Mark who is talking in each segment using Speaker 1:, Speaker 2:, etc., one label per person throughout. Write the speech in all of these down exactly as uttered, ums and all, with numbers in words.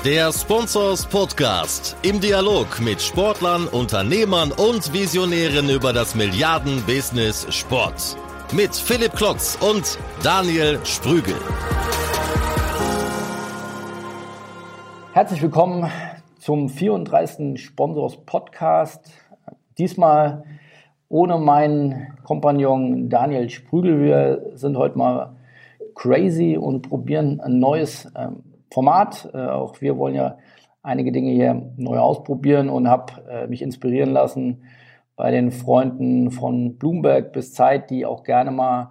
Speaker 1: Der Sponsors Podcast im Dialog mit Sportlern, Unternehmern und Visionären über das Milliarden-Business Sport. Mit Philipp Klotz und Daniel Sprügel.
Speaker 2: Herzlich willkommen zum vierunddreißigsten Sponsors Podcast. Diesmal ohne meinen Kompagnon Daniel Sprügel. Wir sind heute mal crazy und probieren ein neues ähm, Format. Äh, auch wir wollen ja einige Dinge hier neu ausprobieren und habe äh, mich inspirieren lassen bei den Freunden von Bloomberg bis Zeit, die auch gerne mal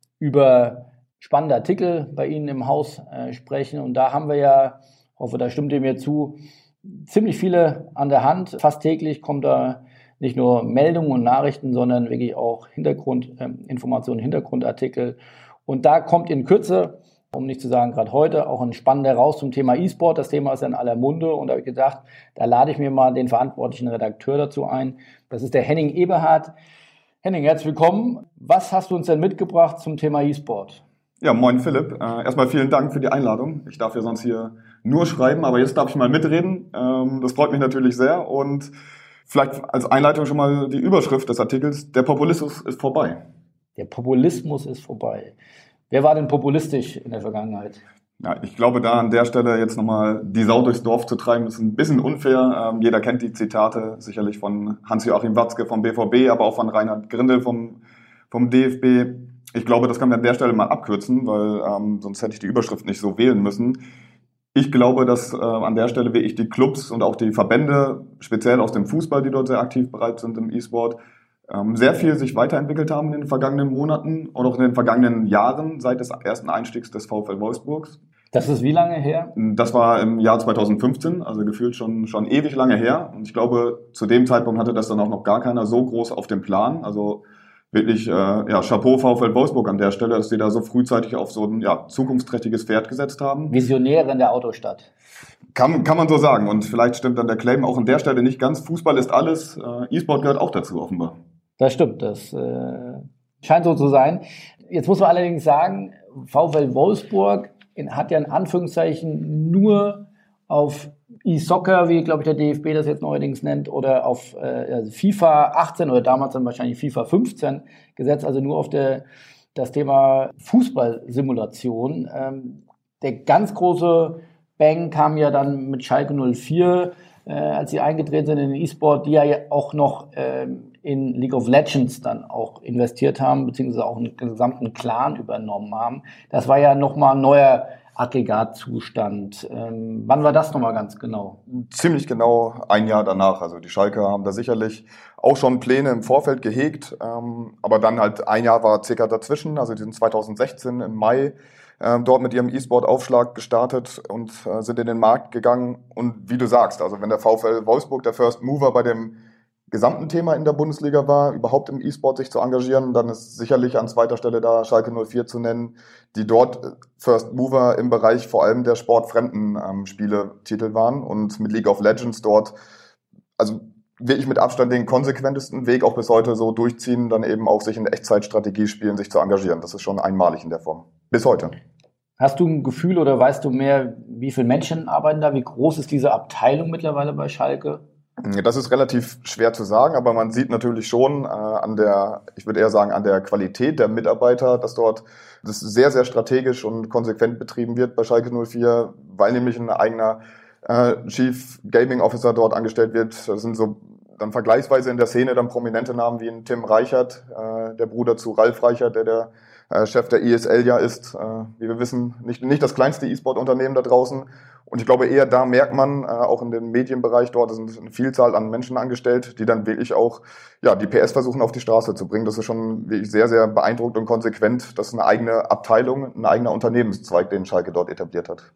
Speaker 2: über spannende Artikel bei Ihnen im Haus äh, sprechen. Und da haben wir ja, hoffe, da stimmt ihr mir zu, ziemlich viele an der Hand. Fast täglich kommt da nicht nur Meldungen und Nachrichten, sondern wirklich auch Hintergrundinformationen, äh, Hintergrundartikel. Und da kommt in Kürze, um nicht zu sagen gerade heute, auch ein spannender raus zum Thema E-Sport. Das Thema ist ja in aller Munde und da habe ich gedacht, da lade ich mir mal den verantwortlichen Redakteur dazu ein. Das ist der Henning Eberhardt. Henning, herzlich willkommen. Was hast du uns denn mitgebracht zum Thema E-Sport?
Speaker 3: Ja, moin Philipp. Äh, erstmal vielen Dank für die Einladung. Ich darf ja sonst hier nur schreiben, aber jetzt darf ich mal mitreden. Ähm, das freut mich natürlich sehr und vielleicht als Einleitung schon mal die Überschrift des Artikels: Der Populismus ist vorbei.
Speaker 2: Der Populismus ist vorbei. Wer war denn populistisch in der Vergangenheit?
Speaker 3: Ja, ich glaube, da an der Stelle jetzt nochmal die Sau durchs Dorf zu treiben, ist ein bisschen unfair. Ähm, jeder kennt die Zitate sicherlich von Hans-Joachim Watzke vom B V B, aber auch von Reinhard Grindel vom, vom D F B. Ich glaube, das kann man an der Stelle mal abkürzen, weil ähm, sonst hätte ich die Überschrift nicht so wählen müssen. Ich glaube, dass äh, an der Stelle wirklich die Clubs und auch die Verbände, speziell aus dem Fußball, die dort sehr aktiv bereit sind im E-Sport, ähm, sehr viel sich weiterentwickelt haben in den vergangenen Monaten und auch in den vergangenen Jahren seit des ersten Einstiegs des VfL Wolfsburgs.
Speaker 2: Das ist wie lange her?
Speaker 3: Das war im Jahr zweitausendfünfzehn, also gefühlt schon schon ewig lange her. Und ich glaube, zu dem Zeitpunkt hatte das dann auch noch gar keiner so groß auf dem Plan. Also wirklich, äh, ja, Chapeau VfL Wolfsburg an der Stelle, dass sie da so frühzeitig auf so ein ja, zukunftsträchtiges Pferd gesetzt haben.
Speaker 2: Visionäre in der Autostadt.
Speaker 3: Kann, kann man so sagen. Und vielleicht stimmt dann der Claim auch an der Stelle nicht ganz. Fußball ist alles. Äh, E-Sport gehört auch dazu, offenbar.
Speaker 2: Das stimmt. Das äh, scheint so zu sein. Jetzt muss man allerdings sagen, VfL Wolfsburg hat ja in Anführungszeichen nur auf E-Soccer, wie glaube ich der D F B das jetzt neuerdings nennt, oder auf äh, also FIFA achtzehn oder damals dann wahrscheinlich FIFA fünfzehn gesetzt, also nur auf der, das Thema Fußballsimulation. Ähm, der ganz große Bang kam ja dann mit Schalke null vier, äh, als sie eingetreten sind in den E-Sport, die ja auch noch ähm, in League of Legends dann auch investiert haben, beziehungsweise auch einen gesamten Clan übernommen haben. Das war ja nochmal ein neuer Aggregatzustand. Ähm, wann war das nochmal ganz genau?
Speaker 3: Ziemlich genau ein Jahr danach. Also die Schalker haben da sicherlich auch schon Pläne im Vorfeld gehegt, ähm, aber dann halt ein Jahr war circa dazwischen. Also die sind zweitausendsechzehn im Mai äh, dort mit ihrem E-Sport-Aufschlag gestartet und äh, sind in den Markt gegangen. Und wie du sagst, also wenn der VfL Wolfsburg der First Mover bei dem gesamten Thema in der Bundesliga war, überhaupt im E-Sport sich zu engagieren, dann ist sicherlich an zweiter Stelle da Schalke null vier zu nennen, die dort First Mover im Bereich vor allem der sportfremden ähm, Spieletitel waren und mit League of Legends dort, also wirklich mit Abstand den konsequentesten Weg auch bis heute so durchziehen, dann eben auch sich in Echtzeitstrategiespielen sich zu engagieren. Das ist schon einmalig in der Form. Bis heute.
Speaker 2: Hast du ein Gefühl oder weißt du mehr, wie viele Menschen arbeiten da? Wie groß ist diese Abteilung mittlerweile bei Schalke?
Speaker 3: Das ist relativ schwer zu sagen, aber man sieht natürlich schon äh, an der, ich würde eher sagen, an der Qualität der Mitarbeiter, dass dort das sehr, sehr strategisch und konsequent betrieben wird bei Schalke null vier, weil nämlich ein eigener äh, Chief Gaming Officer dort angestellt wird. Das sind so dann vergleichsweise in der Szene dann prominente Namen wie ein Tim Reichert, äh, der Bruder zu Ralf Reichert, der der äh, Chef der E S L ja ist, äh, wie wir wissen, nicht, nicht das kleinste E-Sport-Unternehmen da draußen. Und ich glaube eher, da merkt man, äh, auch in dem Medienbereich dort sind eine Vielzahl an Menschen angestellt, die dann wirklich auch ja die P S versuchen auf die Straße zu bringen. Das ist schon wirklich sehr, sehr beeindruckend und konsequent. Das ist eine eigene Abteilung, ein eigener Unternehmenszweig, den Schalke dort etabliert hat.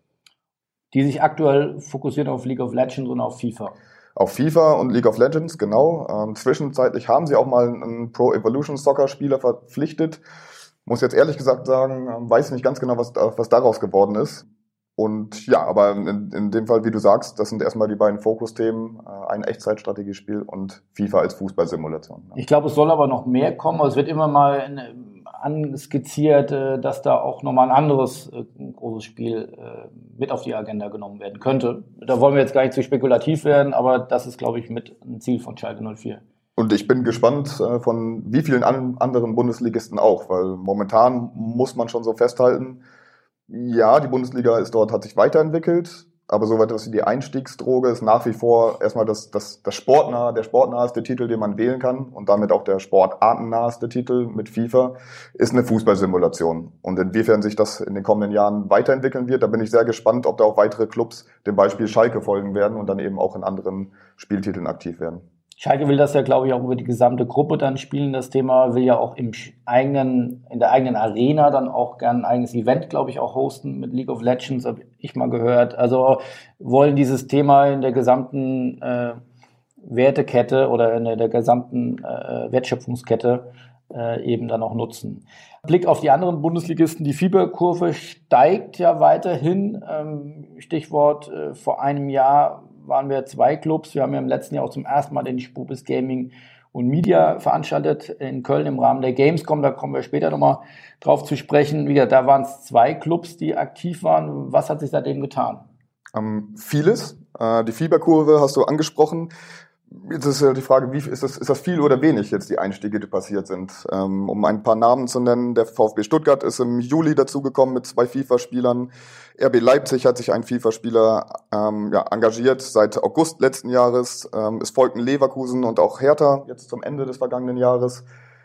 Speaker 2: Die sich aktuell fokussiert auf League of Legends und auf FIFA.
Speaker 3: Auf FIFA und League of Legends, genau. Ähm, zwischenzeitlich haben sie auch mal einen Pro Evolution Soccer Spieler verpflichtet. Muss jetzt ehrlich gesagt sagen, weiß nicht ganz genau, was, was daraus geworden ist. Und ja, aber in, in dem Fall, wie du sagst, das sind erstmal die beiden Fokusthemen, ein Echtzeitstrategiespiel und FIFA als Fußballsimulation.
Speaker 2: Ich glaube, es soll aber noch mehr kommen. Es wird immer mal in anskizziert, äh, dass da auch nochmal ein anderes äh, großes Spiel äh, mit auf die Agenda genommen werden könnte. Da wollen wir jetzt gar nicht zu spekulativ werden, aber das ist, glaube ich, mit ein Ziel von Schalke null vier.
Speaker 3: Und ich bin gespannt äh, von wie vielen an, anderen Bundesligisten auch, weil momentan muss man schon so festhalten, ja, die Bundesliga ist dort, hat sich weiterentwickelt, aber so etwas wie die Einstiegsdroge ist nach wie vor erstmal das, das, das sportnahe, der sportnaheste Titel, den man wählen kann und damit auch der sportartennaheste Titel mit FIFA, ist eine Fußballsimulation. Und inwiefern sich das in den kommenden Jahren weiterentwickeln wird, da bin ich sehr gespannt, ob da auch weitere Clubs dem Beispiel Schalke folgen werden und dann eben auch in anderen Spieltiteln aktiv werden.
Speaker 2: Schalke will das ja, glaube ich, auch über die gesamte Gruppe dann spielen. Das Thema will ja auch im eigenen, in der eigenen Arena dann auch gern ein eigenes Event, glaube ich, auch hosten mit League of Legends, habe ich mal gehört. Also wollen dieses Thema in der gesamten äh, Wertekette oder in der, der gesamten äh, Wertschöpfungskette äh, eben dann auch nutzen. Blick auf die anderen Bundesligisten, die Fieberkurve steigt ja weiterhin. Ähm, Stichwort äh, vor einem Jahr waren wir zwei Clubs. Wir haben ja im letzten Jahr auch zum ersten Mal den Spubis Gaming und Media veranstaltet in Köln im Rahmen der Gamescom. Da kommen wir später nochmal drauf zu sprechen. Wie gesagt, da waren es zwei Clubs, die aktiv waren. Was hat sich seitdem getan?
Speaker 3: Ähm, vieles. Äh, die Fieberkurve hast du angesprochen. Jetzt ist ja die Frage, wie ist das, ist das viel oder wenig jetzt die Einstiege, die passiert sind? Ähm, um ein paar Namen zu nennen, der VfB Stuttgart ist im Juli dazugekommen mit zwei FIFA-Spielern. R B Leipzig hat sich ein FIFA-Spieler ähm, ja, engagiert seit August letzten Jahres. Ähm, es folgten Leverkusen und auch Hertha jetzt zum Ende des vergangenen Jahres.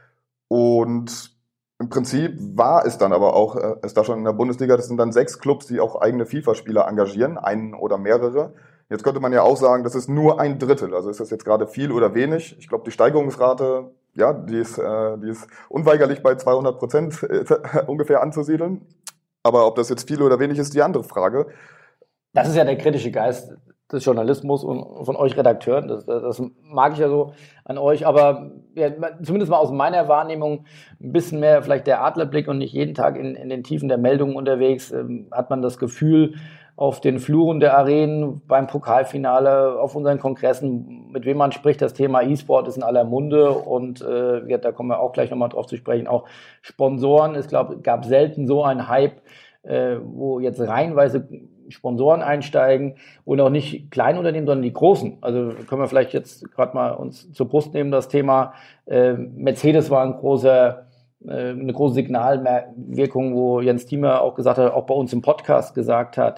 Speaker 3: Und im Prinzip war es dann aber auch, äh, ist da schon in der Bundesliga, das sind dann sechs Clubs, die auch eigene FIFA-Spieler engagieren, einen oder mehrere. Jetzt könnte man ja auch sagen, das ist nur ein Drittel. Also ist das jetzt gerade viel oder wenig? Ich glaube, die Steigerungsrate, ja, die ist, äh, die ist unweigerlich bei zweihundert Prozent äh, ungefähr anzusiedeln. Aber ob das jetzt viel oder wenig ist, die andere Frage.
Speaker 2: Das ist ja der kritische Geist des Journalismus und von euch Redakteuren. Das, das mag ich ja so an euch. Aber ja, zumindest mal aus meiner Wahrnehmung ein bisschen mehr vielleicht der Adlerblick und nicht jeden Tag in, in den Tiefen der Meldungen unterwegs, ähm, hat man das Gefühl, auf den Fluren der Arenen, beim Pokalfinale, auf unseren Kongressen, mit wem man spricht, das Thema E-Sport ist in aller Munde und äh, ja, da kommen wir auch gleich nochmal drauf zu sprechen, auch Sponsoren. Es glaub, gab selten so einen Hype, äh, wo jetzt reihenweise Sponsoren einsteigen und auch nicht Kleinunternehmen, sondern die großen. Also können wir vielleicht jetzt gerade mal uns zur Brust nehmen, das Thema äh, Mercedes war ein großer eine große Signalwirkung, wo Jens Thiemer auch gesagt hat, auch bei uns im Podcast gesagt hat,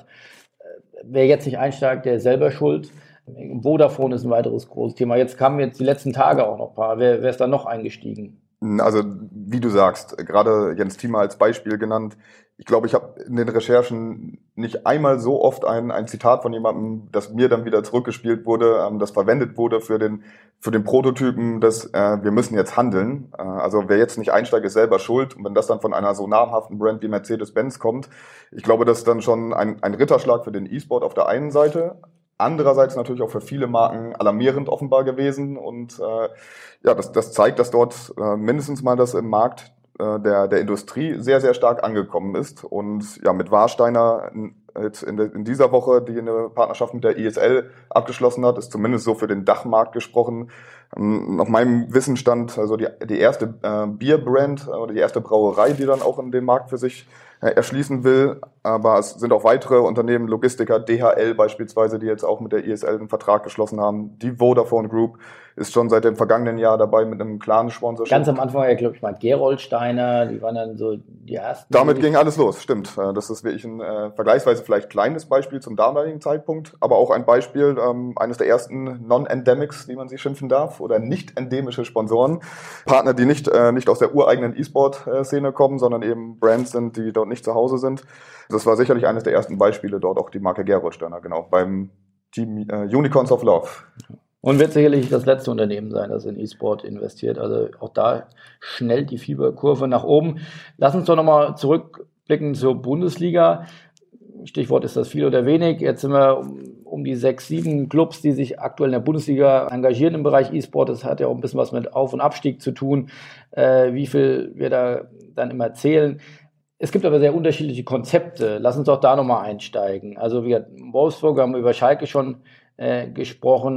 Speaker 2: wer jetzt nicht einsteigt, der ist selber schuld. Vodafone ist ein weiteres großes Thema. Jetzt kamen jetzt die letzten Tage auch noch ein paar. Wer, wer ist da noch eingestiegen?
Speaker 3: Also wie du sagst, gerade Jens Thiemer als Beispiel genannt. Ich glaube, ich habe in den Recherchen nicht einmal so oft ein, ein Zitat von jemandem, das mir dann wieder zurückgespielt wurde, ähm, das verwendet wurde für den für den Prototypen, dass äh, wir müssen jetzt handeln. Äh, also wer jetzt nicht einsteigt, ist selber schuld. Und wenn das dann von einer so namhaften Brand wie Mercedes-Benz kommt, ich glaube, das ist dann schon ein, ein Ritterschlag für den E-Sport auf der einen Seite. Andererseits natürlich auch für viele Marken alarmierend offenbar gewesen. Und äh, ja, das, das zeigt, dass dort äh, mindestens mal das im Markt äh, der, der Industrie sehr, sehr stark angekommen ist. Und ja, mit Warsteiner jetzt in, de, in dieser Woche, die eine Partnerschaft mit der I S L abgeschlossen hat, ist zumindest so für den Dachmarkt gesprochen. Ähm, nach meinem Wissensstand, also die, die erste äh, Bierbrand oder die erste Brauerei, die dann auch in den Markt für sich äh, erschließen will. Aber es sind auch weitere Unternehmen, Logistiker, D H L beispielsweise, die jetzt auch mit der I S L einen Vertrag geschlossen haben. Die Vodafone Group ist schon seit dem vergangenen Jahr dabei mit einem klaren Sponsorship.
Speaker 2: Ganz am Anfang, ja, glaube ich mal, Geroldsteiner, die waren dann so die ersten.
Speaker 3: Damit ging alles los, stimmt. Das ist wirklich ein äh, vergleichsweise vielleicht kleines Beispiel zum damaligen Zeitpunkt, aber auch ein Beispiel ähm, eines der ersten Non-Endemics, wie man sie schimpfen darf, oder nicht-endemische Sponsoren. Partner, die nicht äh, nicht aus der ureigenen E-Sport-Szene kommen, sondern eben Brands sind, die dort nicht zu Hause sind. Das war sicherlich eines der ersten Beispiele, dort auch die Marke Geroldsteiner, genau, beim Team äh, Unicorns of Love.
Speaker 2: Und wird sicherlich das letzte Unternehmen sein, das in E-Sport investiert. Also auch da schnellt die Fieberkurve nach oben. Lass uns doch nochmal zurückblicken zur Bundesliga. Stichwort, ist das viel oder wenig? Jetzt sind wir um, um die sechs, sieben Clubs, die sich aktuell in der Bundesliga engagieren im Bereich E-Sport. Das hat ja auch ein bisschen was mit Auf- und Abstieg zu tun, äh, wie viel wir da dann immer zählen. Es gibt aber sehr unterschiedliche Konzepte. Lass uns doch da nochmal einsteigen. Also wie gesagt, Wolfsburg haben wir über Schalke schon äh, gesprochen.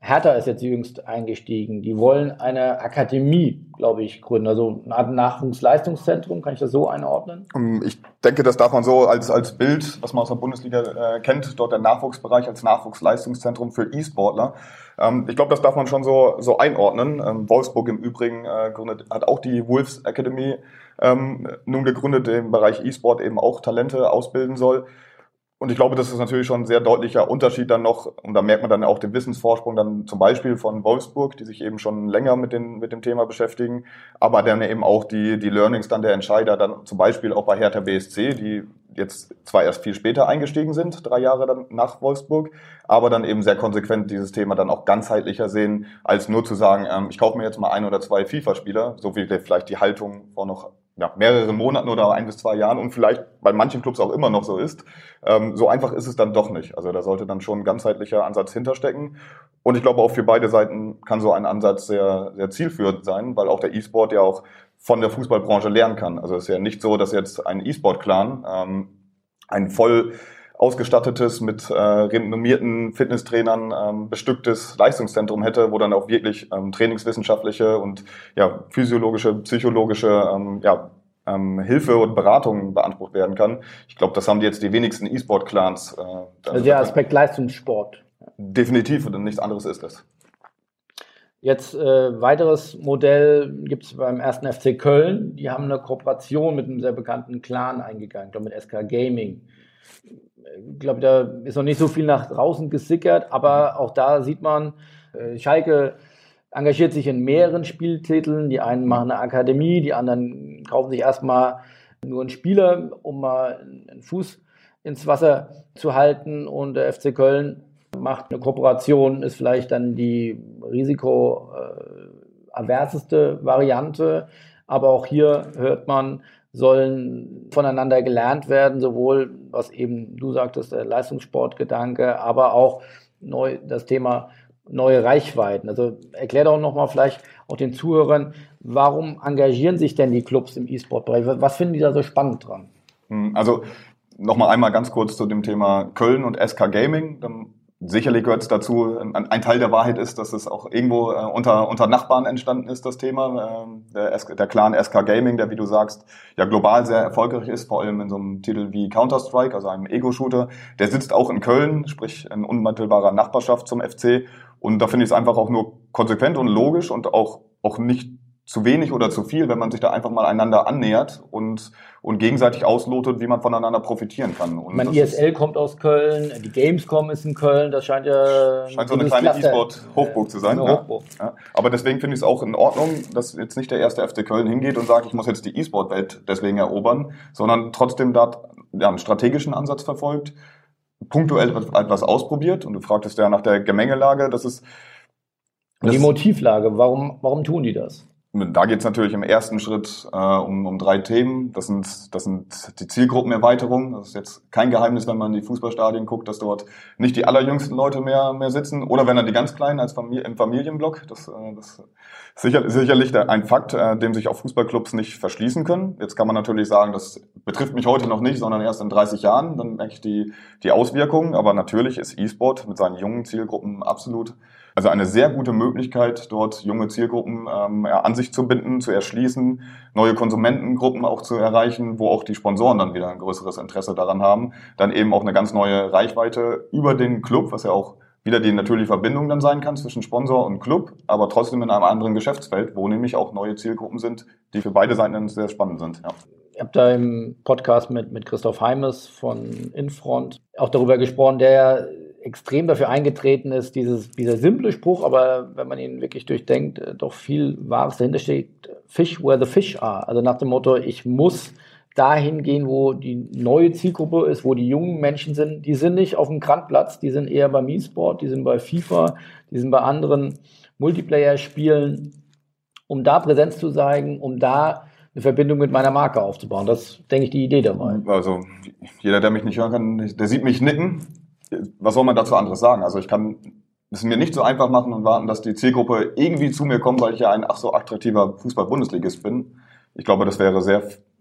Speaker 2: Hertha ist jetzt jüngst eingestiegen. Die wollen eine Akademie, glaube ich, gründen. Also eine Art Nachwuchsleistungszentrum. Kann ich das so einordnen?
Speaker 3: Ich denke, das darf man so als, als Bild, was man aus der Bundesliga äh, kennt, dort der Nachwuchsbereich als Nachwuchsleistungszentrum für E-Sportler. Ähm, ich glaube, das darf man schon so, so einordnen. Ähm, Wolfsburg im Übrigen äh, gründet, hat auch die Wolves Academy ähm, nun gegründet, die im Bereich E-Sport eben auch Talente ausbilden soll. Und ich glaube, das ist natürlich schon ein sehr deutlicher Unterschied dann noch, und da merkt man dann auch den Wissensvorsprung dann zum Beispiel von Wolfsburg, die sich eben schon länger mit, den, mit dem Thema beschäftigen, aber dann eben auch die, die Learnings dann der Entscheider dann zum Beispiel auch bei Hertha B S C, die jetzt zwar erst viel später eingestiegen sind, drei Jahre dann nach Wolfsburg, aber dann eben sehr konsequent dieses Thema dann auch ganzheitlicher sehen, als nur zu sagen, ähm, ich kaufe mir jetzt mal ein oder zwei FIFA-Spieler, so wie vielleicht die Haltung vor noch ja, mehreren Monaten oder ein bis zwei Jahren und vielleicht bei manchen Clubs auch immer noch so ist. Ähm, so einfach ist es dann doch nicht. Also da sollte dann schon ein ganzheitlicher Ansatz hinterstecken. Und ich glaube, auch für beide Seiten kann so ein Ansatz sehr, sehr zielführend sein, weil auch der E-Sport ja auch von der Fußballbranche lernen kann. Also es ist ja nicht so, dass jetzt ein E-Sport-Clan ähm, ein voll ausgestattetes, mit äh, renommierten Fitnesstrainern ähm, bestücktes Leistungszentrum hätte, wo dann auch wirklich ähm, trainingswissenschaftliche und ja physiologische, psychologische ähm, ja, ähm, Hilfe und Beratung beansprucht werden kann. Ich glaube, das haben die jetzt die wenigsten E-Sport-Clans. Äh,
Speaker 2: also der Aspekt Leistungssport.
Speaker 3: Definitiv, und nichts anderes ist es.
Speaker 2: Jetzt äh, weiteres Modell gibt es beim ersten F C Köln. Die haben eine Kooperation mit einem sehr bekannten Clan eingegangen, ich glaube mit S K Gaming. Ich glaube, da ist noch nicht so viel nach draußen gesickert, aber auch da sieht man, äh, Schalke engagiert sich in mehreren Spieltiteln. Die einen machen eine Akademie, die anderen kaufen sich erstmal nur einen Spieler, um mal einen Fuß ins Wasser zu halten. Und der F C Köln macht eine Kooperation, ist vielleicht dann die risikoaverseste Variante. Aber auch hier hört man, sollen voneinander gelernt werden, sowohl, was eben du sagtest, der Leistungssportgedanke, aber auch neu das Thema neue Reichweiten. Also erklär doch nochmal vielleicht auch den Zuhörern, warum engagieren sich denn die Clubs im E-Sport-Bereich? Was finden die da so spannend dran?
Speaker 3: Also nochmal einmal ganz kurz zu dem Thema Köln und S K Gaming. Dann sicherlich gehört es dazu, ein, ein Teil der Wahrheit ist, dass es auch irgendwo äh, unter, unter Nachbarn entstanden ist, das Thema. Ähm, der, der Clan S K Gaming, der, wie du sagst, ja global sehr erfolgreich ist, vor allem in so einem Titel wie Counter-Strike, also einem Ego-Shooter. Der sitzt auch in Köln, sprich in unmittelbarer Nachbarschaft zum F C. Und da finde ich es einfach auch nur konsequent und logisch und auch, auch nicht zu wenig oder zu viel, wenn man sich da einfach mal einander annähert und, und gegenseitig auslotet, wie man voneinander profitieren kann. Und
Speaker 2: mein I S L kommt aus Köln, die Gamescom ist in Köln, das scheint ja...
Speaker 3: Scheint so eine kleine E-Sport-Hochburg zu sein.
Speaker 2: Eine
Speaker 3: ja.
Speaker 2: Hochburg.
Speaker 3: Ja. Aber deswegen finde ich es auch in Ordnung, dass jetzt nicht der erste F C Köln hingeht und sagt, ich muss jetzt die E-Sport-Welt deswegen erobern, sondern trotzdem da ja, einen strategischen Ansatz verfolgt, punktuell etwas ausprobiert. Und du fragtest ja nach der Gemengelage, das ist...
Speaker 2: Das die Motivlage, warum, warum tun die das?
Speaker 3: Da geht es natürlich im ersten Schritt äh, um, um drei Themen. Das sind, das sind die Zielgruppenerweiterung. Das ist jetzt kein Geheimnis, wenn man in die Fußballstadien guckt, dass dort nicht die allerjüngsten Leute mehr, mehr sitzen. Oder wenn dann die ganz Kleinen als Familie, im Familienblock. Das, äh, das ist sicher, sicherlich ein Fakt, äh, dem sich auch Fußballclubs nicht verschließen können. Jetzt kann man natürlich sagen, das betrifft mich heute noch nicht, sondern erst in dreißig Jahren. Dann merke ich die, die Auswirkungen. Aber natürlich ist E-Sport mit seinen jungen Zielgruppen absolut... Also eine sehr gute Möglichkeit, dort junge Zielgruppen ähm, ja, an sich zu binden, zu erschließen, neue Konsumentengruppen auch zu erreichen, wo auch die Sponsoren dann wieder ein größeres Interesse daran haben, dann eben auch eine ganz neue Reichweite über den Club, was ja auch wieder die natürliche Verbindung dann sein kann zwischen Sponsor und Club, aber trotzdem in einem anderen Geschäftsfeld, wo nämlich auch neue Zielgruppen sind, die für beide Seiten sehr spannend sind. Ja.
Speaker 2: Ich habe da im Podcast mit, mit Christoph Heimes von Infront auch darüber gesprochen, der extrem dafür eingetreten ist, dieses, dieser simple Spruch, aber wenn man ihn wirklich durchdenkt, doch viel Wahres dahinter steht, Fish where the fish are. Also nach dem Motto, ich muss dahin gehen, wo die neue Zielgruppe ist, wo die jungen Menschen sind. Die sind nicht auf dem Grandplatz, die sind eher beim E-Sport, die sind bei FIFA, die sind bei anderen Multiplayer-Spielen, um da Präsenz zu zeigen, um da eine Verbindung mit meiner Marke aufzubauen. Das ist, denke ich, die Idee dabei.
Speaker 3: Also jeder, der mich nicht hören kann, der sieht mich nicken. Was soll man dazu anderes sagen? Also ich kann es mir nicht so einfach machen und warten, dass die Zielgruppe irgendwie zu mir kommt, weil ich ja ein ach so attraktiver Fußball-Bundesligist bin. Ich glaube, das wäre sehr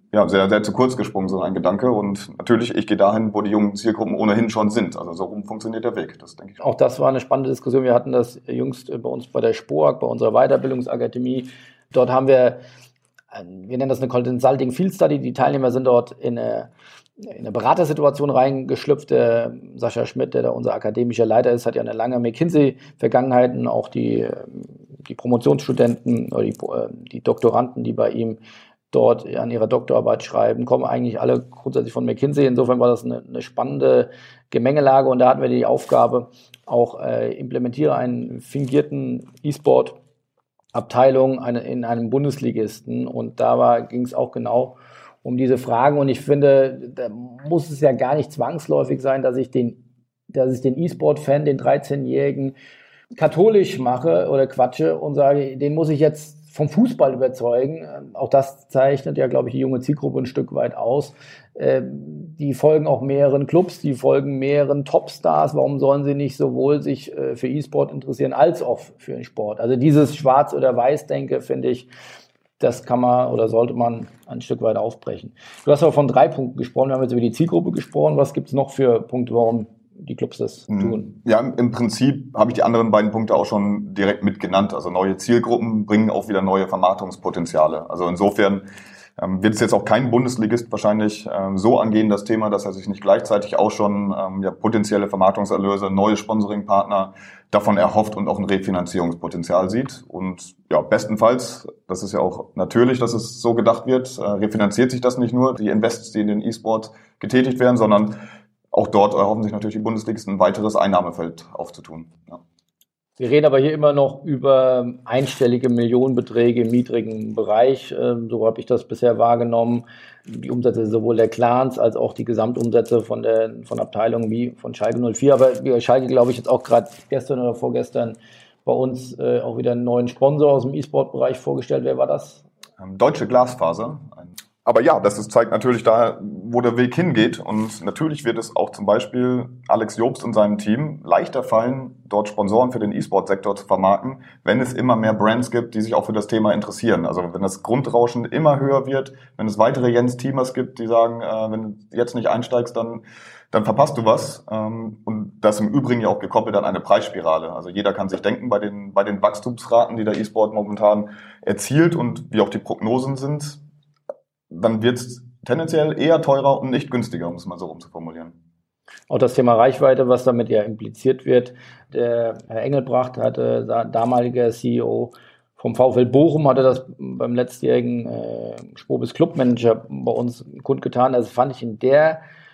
Speaker 3: ja, sehr, sehr zu kurz gesprungen, so ein Gedanke. Und natürlich, ich gehe dahin, wo die jungen Zielgruppen ohnehin schon sind. Also so rum funktioniert der Weg, das denke ich.
Speaker 2: Auch das war eine spannende Diskussion. Wir hatten das jüngst bei uns bei der SPOAG, bei unserer Weiterbildungsakademie. Dort haben wir, wir nennen das eine Consulting Field Study. Die Teilnehmer sind dort in eine, in eine Beratersituation reingeschlüpft. Der Sascha Schmidt, der da unser akademischer Leiter ist, hat ja eine lange McKinsey-Vergangenheit. Und auch die, die Promotionsstudenten oder die, die Doktoranden, die bei ihm dort an ihrer Doktorarbeit schreiben, kommen eigentlich alle grundsätzlich von McKinsey. Insofern war das eine, eine spannende Gemengelage und da hatten wir die Aufgabe, auch äh, implementiere einen fingierten E-Sport-Abteilung eine, in einem Bundesligisten und da ging es auch genau um diese Fragen und ich finde, da muss es ja gar nicht zwangsläufig sein, dass ich den, dass ich den E-Sport-Fan, den dreizehnjährigen, katholisch mache oder quatsche und sage, den muss ich jetzt vom Fußball überzeugen. Auch das zeichnet ja, glaube ich, die junge Zielgruppe ein Stück weit aus. Die folgen auch mehreren Clubs, die folgen mehreren Topstars. Warum sollen sie nicht sowohl sich für E-Sport interessieren als auch für den Sport? Also dieses Schwarz- oder Weiß-Denke, finde ich, das kann man oder sollte man ein Stück weit aufbrechen. Du hast aber von drei Punkten gesprochen. Wir haben jetzt über die Zielgruppe gesprochen. Was gibt es noch für Punkte, warum die Clubs das tun?
Speaker 3: Ja, im Prinzip habe ich die anderen beiden Punkte auch schon direkt mitgenannt. Also neue Zielgruppen bringen auch wieder neue Vermarktungspotenziale. Also insofern ähm, wird es jetzt auch kein Bundesligist wahrscheinlich ähm, so angehen, das Thema, dass er sich nicht gleichzeitig auch schon ähm, ja, potenzielle Vermarktungserlöse, neue Sponsoringpartner davon erhofft und auch ein Refinanzierungspotenzial sieht. Und ja, bestenfalls, das ist ja auch natürlich, dass es so gedacht wird, äh, refinanziert sich das nicht nur, die Invests, die in den E-Sport getätigt werden, sondern auch dort erhoffen sich natürlich die Bundesligisten ein weiteres Einnahmefeld aufzutun. Ja.
Speaker 2: Wir reden aber hier immer noch über einstellige Millionenbeträge im niedrigen Bereich. So habe ich das bisher wahrgenommen. Die Umsätze sowohl der Clans als auch die Gesamtumsätze von der von Abteilungen wie von Schalke null vier. Aber Schalke, glaube ich, jetzt auch gerade gestern oder vorgestern bei uns äh, auch wieder einen neuen Sponsor aus dem E-Sport-Bereich vorgestellt. Wer war das?
Speaker 3: Deutsche Glasfaser. Aber ja, das ist, zeigt natürlich da, wo der Weg hingeht. Und natürlich wird es auch zum Beispiel Alex Jobst und seinem Team leichter fallen, dort Sponsoren für den E-Sport-Sektor zu vermarkten, wenn es immer mehr Brands gibt, die sich auch für das Thema interessieren. Also wenn das Grundrauschen immer höher wird, wenn es weitere Jens Thiemers gibt, die sagen, äh, wenn du jetzt nicht einsteigst, dann dann verpasst du was. Ähm, und das im Übrigen ja auch gekoppelt an eine Preisspirale. Also jeder kann sich denken, bei den, bei den Wachstumsraten, die der E-Sport momentan erzielt und wie auch die Prognosen sind, dann wird es tendenziell eher teurer und nicht günstiger, um es mal so umzuformulieren.
Speaker 2: Auch das Thema Reichweite, was damit ja impliziert wird. Der Herr Engelbracht hatte, damaliger C E O vom VfL Bochum, hatte das beim letztjährigen äh, Spobis Clubmanager bei uns kundgetan. Also fand ich in der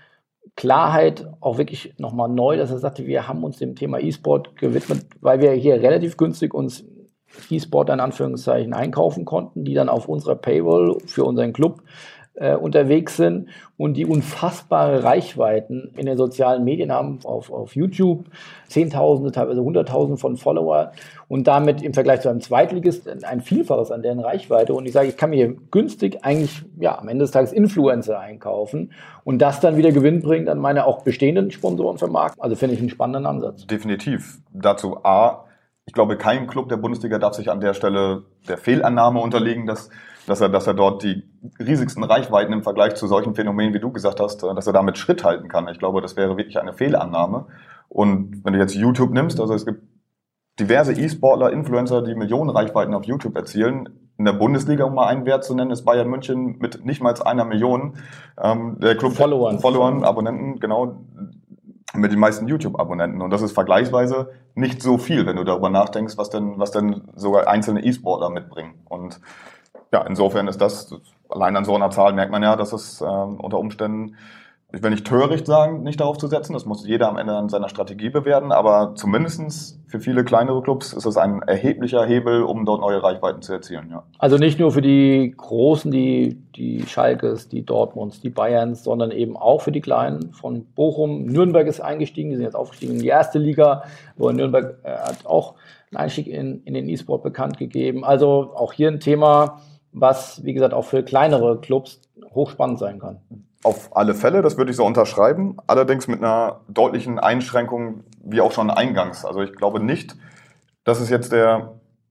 Speaker 2: Klarheit auch wirklich nochmal neu, dass er sagte, wir haben uns dem Thema E-Sport gewidmet, weil wir hier relativ günstig uns E-Sport in Anführungszeichen einkaufen konnten, die dann auf unserer Payroll für unseren Club äh, unterwegs sind und die unfassbare Reichweiten in den sozialen Medien haben, auf, auf YouTube, Zehntausende, teilweise Hunderttausende von Follower und damit im Vergleich zu einem Zweitligist ein Vielfaches an deren Reichweite. Und ich sage, ich kann mir günstig eigentlich ja am Ende des Tages Influencer einkaufen und das dann wieder Gewinn bringt an meine auch bestehenden Sponsoren vermarkten. Also finde ich einen spannenden Ansatz.
Speaker 3: Definitiv. Dazu A, ich glaube, kein Club der Bundesliga darf sich an der Stelle der Fehlannahme unterliegen, dass, dass er, dass er dort die riesigsten Reichweiten im Vergleich zu solchen Phänomenen, wie du gesagt hast, dass er damit Schritt halten kann. Ich glaube, das wäre wirklich eine Fehlannahme. Und wenn du jetzt YouTube nimmst, also es gibt diverse E-Sportler, Influencer, die Millionen Reichweiten auf YouTube erzielen. In der Bundesliga, um mal einen Wert zu nennen, ist Bayern München mit nicht mal einer Million ähm, der Club
Speaker 2: Followern,
Speaker 3: Followern, Abonnenten, genau, mit den meisten YouTube-Abonnenten. Und das ist vergleichsweise nicht so viel, wenn du darüber nachdenkst, was denn, was denn sogar einzelne E-Sportler mitbringen. Und ja, insofern ist das, allein an so einer Zahl merkt man ja, dass es ähm, unter Umständen, ich will nicht töricht sagen, nicht darauf zu setzen, das muss jeder am Ende an seiner Strategie bewerten, aber zumindestens für viele kleinere Clubs ist es ein erheblicher Hebel, um dort neue Reichweiten zu erzielen. Ja.
Speaker 2: Also nicht nur für die Großen, die, die Schalkes, die Dortmunds, die Bayerns, sondern eben auch für die Kleinen von Bochum. Nürnberg ist eingestiegen, die sind jetzt aufgestiegen in die erste Liga, wo Nürnberg äh, hat auch einen Einstieg in, in den E-Sport bekannt gegeben. Also auch hier ein Thema, was, wie gesagt, auch für kleinere Clubs hochspannend sein kann.
Speaker 3: Auf alle Fälle, das würde ich so unterschreiben, allerdings mit einer deutlichen Einschränkung, wie auch schon eingangs. Also ich glaube nicht, dass es jetzt der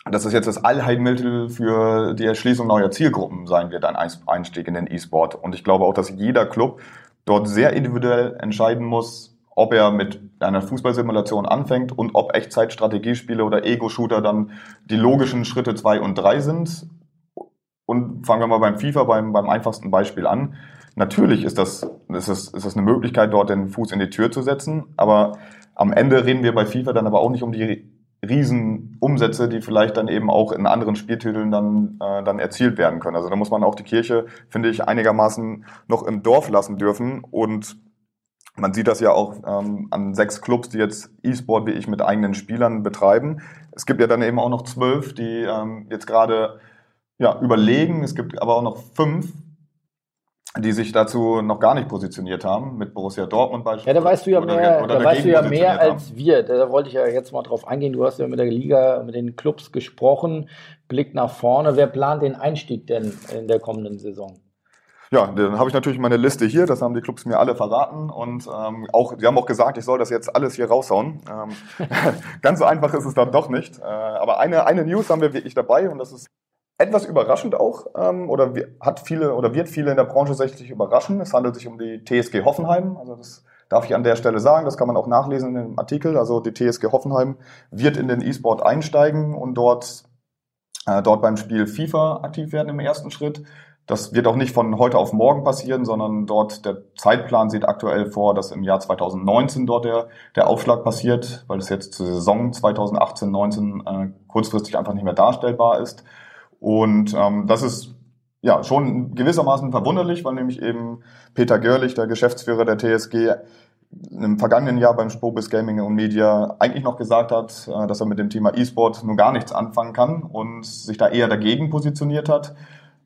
Speaker 3: dass es jetzt das Allheilmittel für die Erschließung neuer Zielgruppen sein wird, ein Einstieg in den E-Sport. Und ich glaube auch, dass jeder Club dort sehr individuell entscheiden muss, ob er mit einer Fußballsimulation anfängt und ob Echtzeit-Strategiespiele oder Ego-Shooter dann die logischen Schritte zwei und drei sind. Und fangen wir mal beim FIFA, beim, beim einfachsten Beispiel an. Natürlich ist das, ist das, ist das eine Möglichkeit, dort den Fuß in die Tür zu setzen, aber am Ende reden wir bei FIFA dann aber auch nicht um die Riesenumsätze, die vielleicht dann eben auch in anderen Spieltiteln dann, äh, dann erzielt werden können. Also da muss man auch die Kirche, finde ich, einigermaßen noch im Dorf lassen dürfen. Und man sieht das ja auch ähm, an sechs Clubs, die jetzt E-Sport wie ich mit eigenen Spielern betreiben. Es gibt ja dann eben auch noch zwölf, die ähm, jetzt gerade ja, überlegen. Es gibt aber auch noch fünf, die sich dazu noch gar nicht positioniert haben, mit Borussia Dortmund beispielsweise.
Speaker 2: Ja, da weißt du ja oder, mehr, oder da weißt du ja mehr als wir. Da wollte ich ja jetzt mal drauf eingehen. Du hast ja mit der Liga, mit den Clubs gesprochen. Blick nach vorne. Wer plant den Einstieg denn in der kommenden Saison?
Speaker 3: Ja, dann habe ich natürlich meine Liste hier. Das haben die Clubs mir alle verraten. Und ähm, auch, sie haben auch gesagt, ich soll das jetzt alles hier raushauen. Ähm, ganz so einfach ist es dann doch nicht. Äh, aber eine, eine News haben wir wirklich dabei und das ist etwas überraschend auch, ähm, oder hat viele oder wird viele in der Branche sicherlich überraschen. Es handelt sich um die T S G Hoffenheim. Also das darf ich an der Stelle sagen. Das kann man auch nachlesen in dem Artikel. Also die T S G Hoffenheim wird in den E-Sport einsteigen und dort, äh, dort beim Spiel FIFA aktiv werden im ersten Schritt. Das wird auch nicht von heute auf morgen passieren, sondern dort der Zeitplan sieht aktuell vor, dass im Jahr zwanzig neunzehn dort der, der Aufschlag passiert, weil es jetzt zur Saison zwanzig achtzehn neunzehn äh, kurzfristig einfach nicht mehr darstellbar ist. Und ähm, das ist ja schon gewissermaßen verwunderlich, weil nämlich eben Peter Görlich, der Geschäftsführer der T S G, im vergangenen Jahr beim Spobis Gaming und Media eigentlich noch gesagt hat, äh, dass er mit dem Thema E-Sport nun gar nichts anfangen kann und sich da eher dagegen positioniert hat.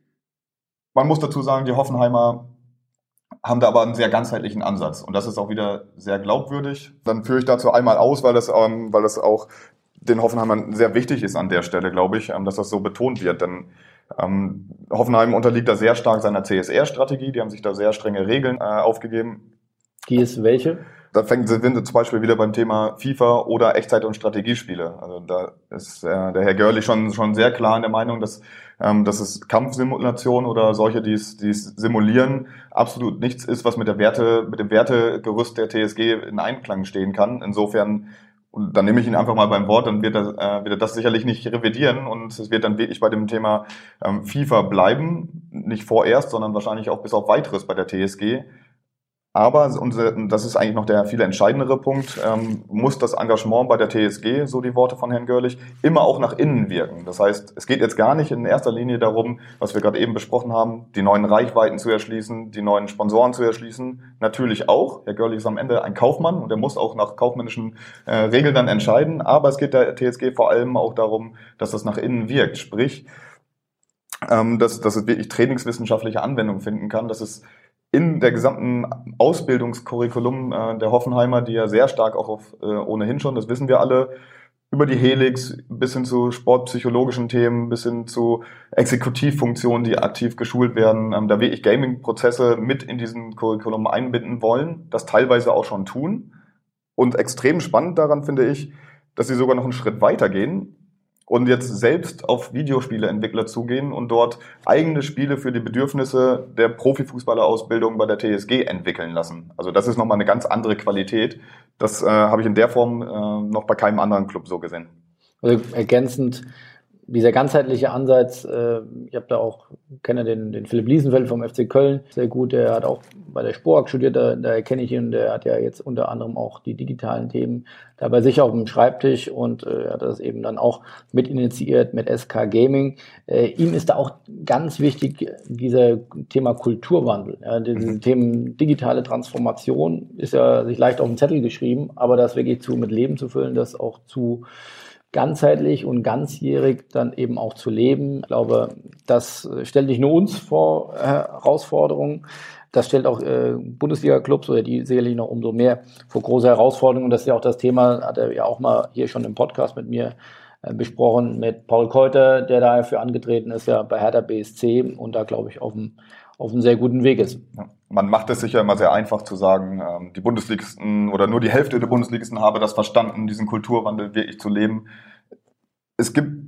Speaker 3: Man muss dazu sagen, die Hoffenheimer haben da aber einen sehr ganzheitlichen Ansatz und das ist auch wieder sehr glaubwürdig. Dann führe ich dazu einmal aus, weil das, ähm, weil das auch den Hoffenheimern sehr wichtig ist an der Stelle, glaube ich, dass das so betont wird. Denn ähm, Hoffenheim unterliegt da sehr stark seiner C S R-Strategie. Die haben sich da sehr strenge Regeln äh, aufgegeben.
Speaker 2: Die ist welche?
Speaker 3: Da fängt, sind wir zum Beispiel wieder beim Thema FIFA oder Echtzeit- und Strategiespiele. Also da ist äh, der Herr Görlich schon schon sehr klar in der Meinung, dass ähm, dass es Kampfsimulation oder solche, die es die es simulieren, absolut nichts ist, was mit der Werte mit dem Wertegerüst der T S G in Einklang stehen kann. Insofern, und dann nehme ich ihn einfach mal beim Wort, dann wird er, äh, wird er das sicherlich nicht revidieren und es wird dann wirklich bei dem Thema ähm, FIFA bleiben, nicht vorerst, sondern wahrscheinlich auch bis auf Weiteres bei der T S G. Aber, und das ist eigentlich noch der viel entscheidendere Punkt, ähm, muss das Engagement bei der T S G, so die Worte von Herrn Görlich, immer auch nach innen wirken. Das heißt, es geht jetzt gar nicht in erster Linie darum, was wir gerade eben besprochen haben, die neuen Reichweiten zu erschließen, die neuen Sponsoren zu erschließen. Natürlich auch. Herr Görlich ist am Ende ein Kaufmann und er muss auch nach kaufmännischen äh, Regeln dann entscheiden. Aber es geht der T S G vor allem auch darum, dass das nach innen wirkt. Sprich, ähm, dass, dass es wirklich trainingswissenschaftliche Anwendung finden kann, dass es in der gesamten Ausbildungskurriculum äh, der Hoffenheimer, die ja sehr stark auch auf äh, ohnehin schon, das wissen wir alle, über die Helix bis hin zu sportpsychologischen Themen, bis hin zu Exekutivfunktionen, die aktiv geschult werden, ähm, da wirklich Gaming-Prozesse mit in diesen Curriculum einbinden wollen, das teilweise auch schon tun. Und extrem spannend daran finde ich, dass sie sogar noch einen Schritt weiter gehen und jetzt selbst auf Videospieleentwickler zugehen und dort eigene Spiele für die Bedürfnisse der Profifußballerausbildung bei der T S G entwickeln lassen. Also das ist nochmal eine ganz andere Qualität. Das äh, habe ich in der Form äh, noch bei keinem anderen Club so gesehen.
Speaker 2: Also ergänzend, dieser ganzheitliche Ansatz, äh, ich habe da auch, kenne den, den Philipp Liesenfeld vom F C Köln sehr gut, der hat auch bei der Sporak studiert, da, da kenne ich ihn, der hat ja jetzt unter anderem auch die digitalen Themen da bei sich auf dem Schreibtisch und äh, hat das eben dann auch mit initiiert mit S K Gaming. Äh, ihm ist da auch ganz wichtig dieser Thema Kulturwandel. Ja, diese mhm. Themen digitale Transformation ist ja sich leicht auf den Zettel geschrieben, aber das wirklich zu mit Leben zu füllen, das auch zu ganzheitlich und ganzjährig dann eben auch zu leben. Ich glaube, das stellt nicht nur uns vor äh, Herausforderungen, das stellt auch äh, Bundesliga-Clubs oder die sicherlich noch umso mehr vor große Herausforderungen. Und das ist ja auch das Thema, hat er ja auch mal hier schon im Podcast mit mir äh, besprochen, mit Paul Keuter, der dafür angetreten ist, ja bei Hertha B S C und da, glaube ich, auf einem auf einem sehr guten Weg ist.
Speaker 3: Ja. Man macht es sicher immer sehr einfach zu sagen, ähm, die Bundesligisten oder nur die Hälfte der Bundesligisten habe das verstanden, diesen Kulturwandel wirklich zu leben. Es gibt